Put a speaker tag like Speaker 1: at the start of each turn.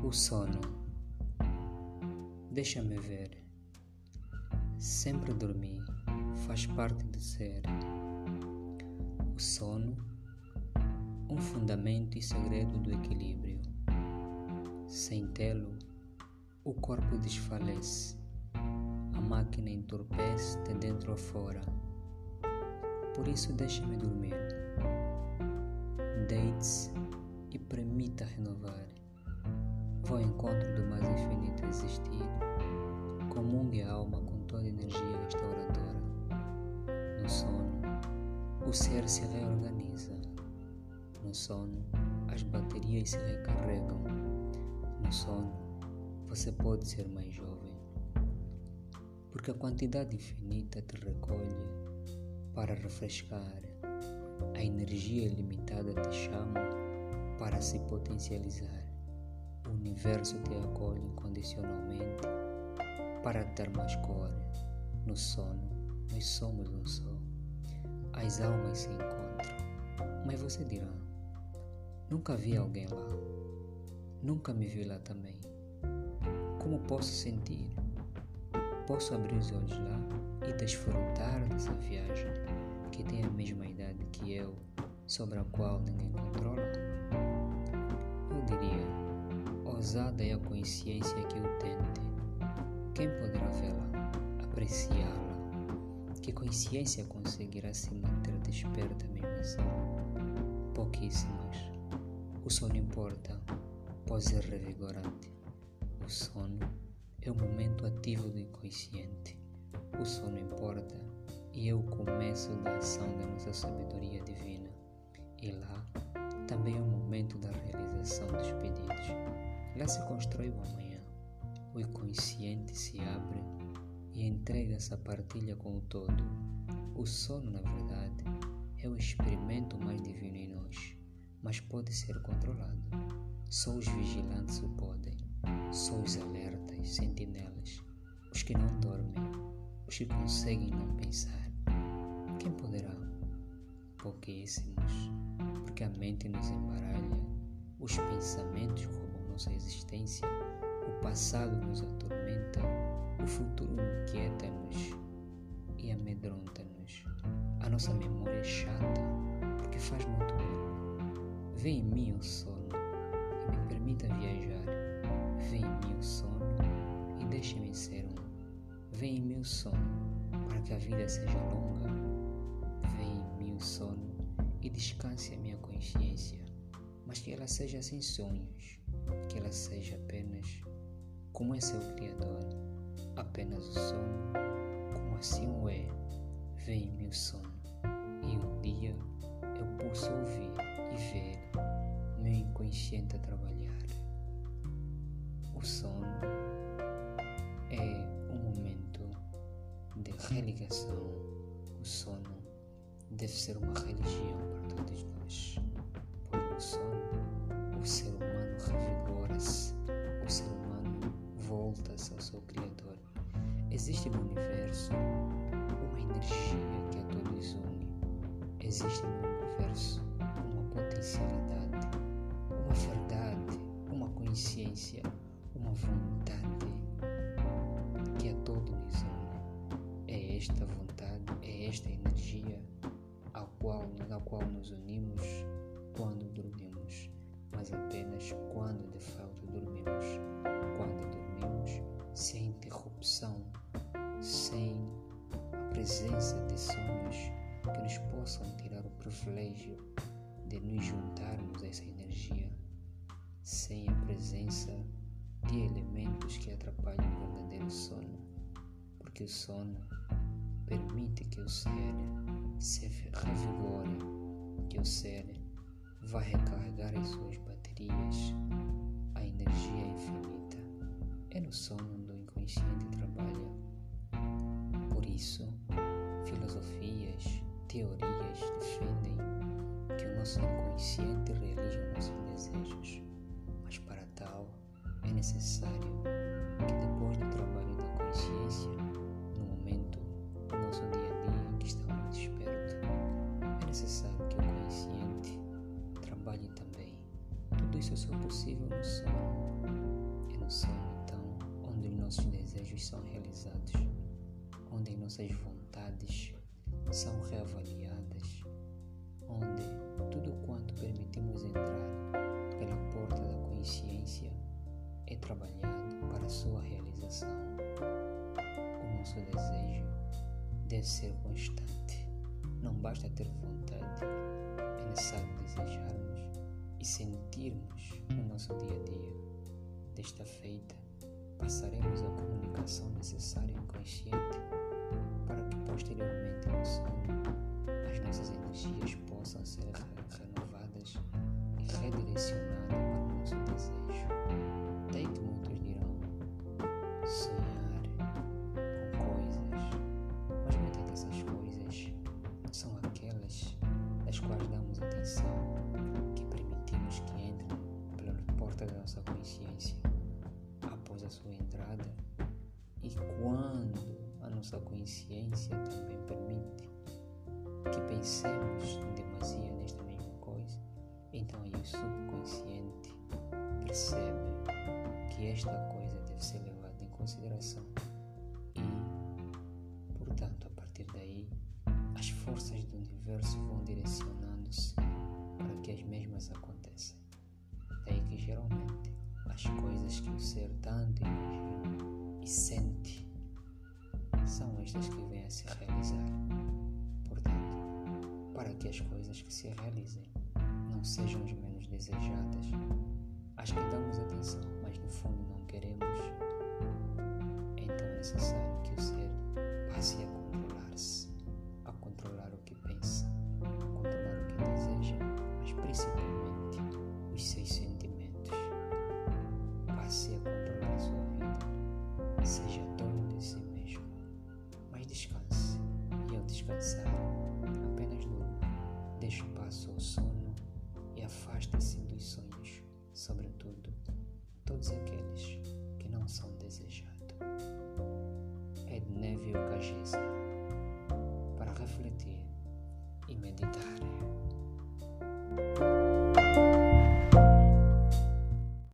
Speaker 1: O sono, deixa-me ver, sempre dormir, faz parte do ser. O sono, um fundamento e segredo do equilíbrio. Sem tê-lo, o corpo desfalece, a máquina entorpece de dentro a fora. Por isso deixe-me dormir. Deite-se e permita renovar. Vá ao encontro do mais infinito existir. Comungue a alma com toda a energia restauradora. No sono, o ser se reorganiza. No sono, as baterias se recarregam. No sono, você pode ser mais jovem. Porque a quantidade infinita te recolhe para refrescar. A energia ilimitada te chama para se potencializar. O universo te acolhe incondicionalmente para ter mais cor. No sono, nós somos um só. As almas se encontram. Mas você dirá, nunca vi alguém lá. Nunca me vi lá também. Como posso sentir? Posso abrir os olhos lá e desfrutar dessa viagem que tem a mesma idade que eu, sobre a qual ninguém controla? Eu diria, ousada é a consciência que o tente. Quem poderá vê-la, apreciá-la? Que consciência conseguirá se manter desperta mesmo assim? Pouquíssimas. O sono importa, pois é revigorante. O sono é o momento ativo do inconsciente. O sono importa e é o começo da ação da nossa sabedoria divina. E lá também é o momento da realização dos pedidos. Lá se constrói o amanhã. O inconsciente se abre e entrega essa partilha com o todo. O sono, na verdade, é o experimento mais divino em nós, mas pode ser controlado. Só os vigilantes o podem. Só os alertas, sentinelas, os que não dormem, os que conseguem não pensar. Quem poderá? Pouquíssimos, porque a mente nos embaralha, os pensamentos roubam nossa existência, o passado nos atormenta, o futuro inquieta-nos e amedronta-nos. A nossa memória é chata, porque faz muito mal. Vê em mim o sono e me permita viajar. Vê em mim o sono e deixe-me ser um. Vê em mim o sono para que a vida seja longa. Vê em mim o sono e descanse a minha consciência, mas que ela seja sem sonhos, que ela seja apenas como é seu Criador, apenas o sono, como assim o é. Vê em mim o sono e um dia eu posso ouvir e ver meu inconsciente a trabalhar. O sono é um momento de religação. O sono deve ser uma religião para todos nós, pois no sono o ser humano revigora-se, o ser humano volta-se ao seu Criador. Existe no universo uma energia que a todos une. Existe no universo uma potencialidade, uma verdade, uma consciência, uma vontade que a todos nos une. É esta vontade, é esta energia na qual nos unimos quando dormimos, mas apenas quando de fato dormimos. Quando dormimos sem interrupção, sem a presença de sonhos que nos possam tirar o privilégio de nos juntarmos a essa energia, sem a presença de elementos que atrapalham o verdadeiro sono, porque o sono permite que o ser se revigore, que o ser vá recarregar as suas baterias, a energia infinita. É no sono onde o inconsciente trabalha. Por isso, filosofias, teorias defendem que o nosso inconsciente realiza os nossos desejos, mas para tal é necessário que depois do trabalho da consciência, no momento do nosso dia a dia que estamos despertos, é necessário que o consciente trabalhe também. Tudo isso é só possível no sono. no sonho, então, onde os nossos desejos são realizados, onde as nossas vontades são reavaliadas, onde tudo quanto permitimos entrar pela porta da consciência é trabalhado para a sua realização. O nosso desejo deve ser constante. Não basta ter vontade, é necessário desejarmos e sentirmos no nosso dia a dia. Desta feita, passaremos a comunicação necessária e consciente para que posteriormente no sonho as nossas energias possam ser renovadas e redirecionadas para o nosso desejo. Daí que muitos dirão sonhar com coisas, mas muitas dessas coisas são aquelas das quais damos atenção, que permitimos que entrem pela porta da nossa consciência após a sua entrada, e quando a nossa consciência também permite que pensemos em demasia nesta mesma coisa, então aí o subconsciente percebe que esta coisa deve ser levada em consideração e, portanto, a partir daí, as forças do universo vão direcionando-se para que as mesmas aconteçam. Daí que geralmente as coisas que o ser tanto imagina e sente são estas que vêm a se realizar. Portanto, para que as coisas que se realizem não sejam as menos desejadas, às que damos atenção, mas no fundo não queremos, então é necessário que o ser passe a controlar-se, a controlar o que pensa, a controlar o que deseja, mas principalmente os seus sentimentos. Passe a controlar a sua vida, seja dono de si mesmo, mas descanse, e ao descansar, apenas durma, deixe passo ao sono e afaste-se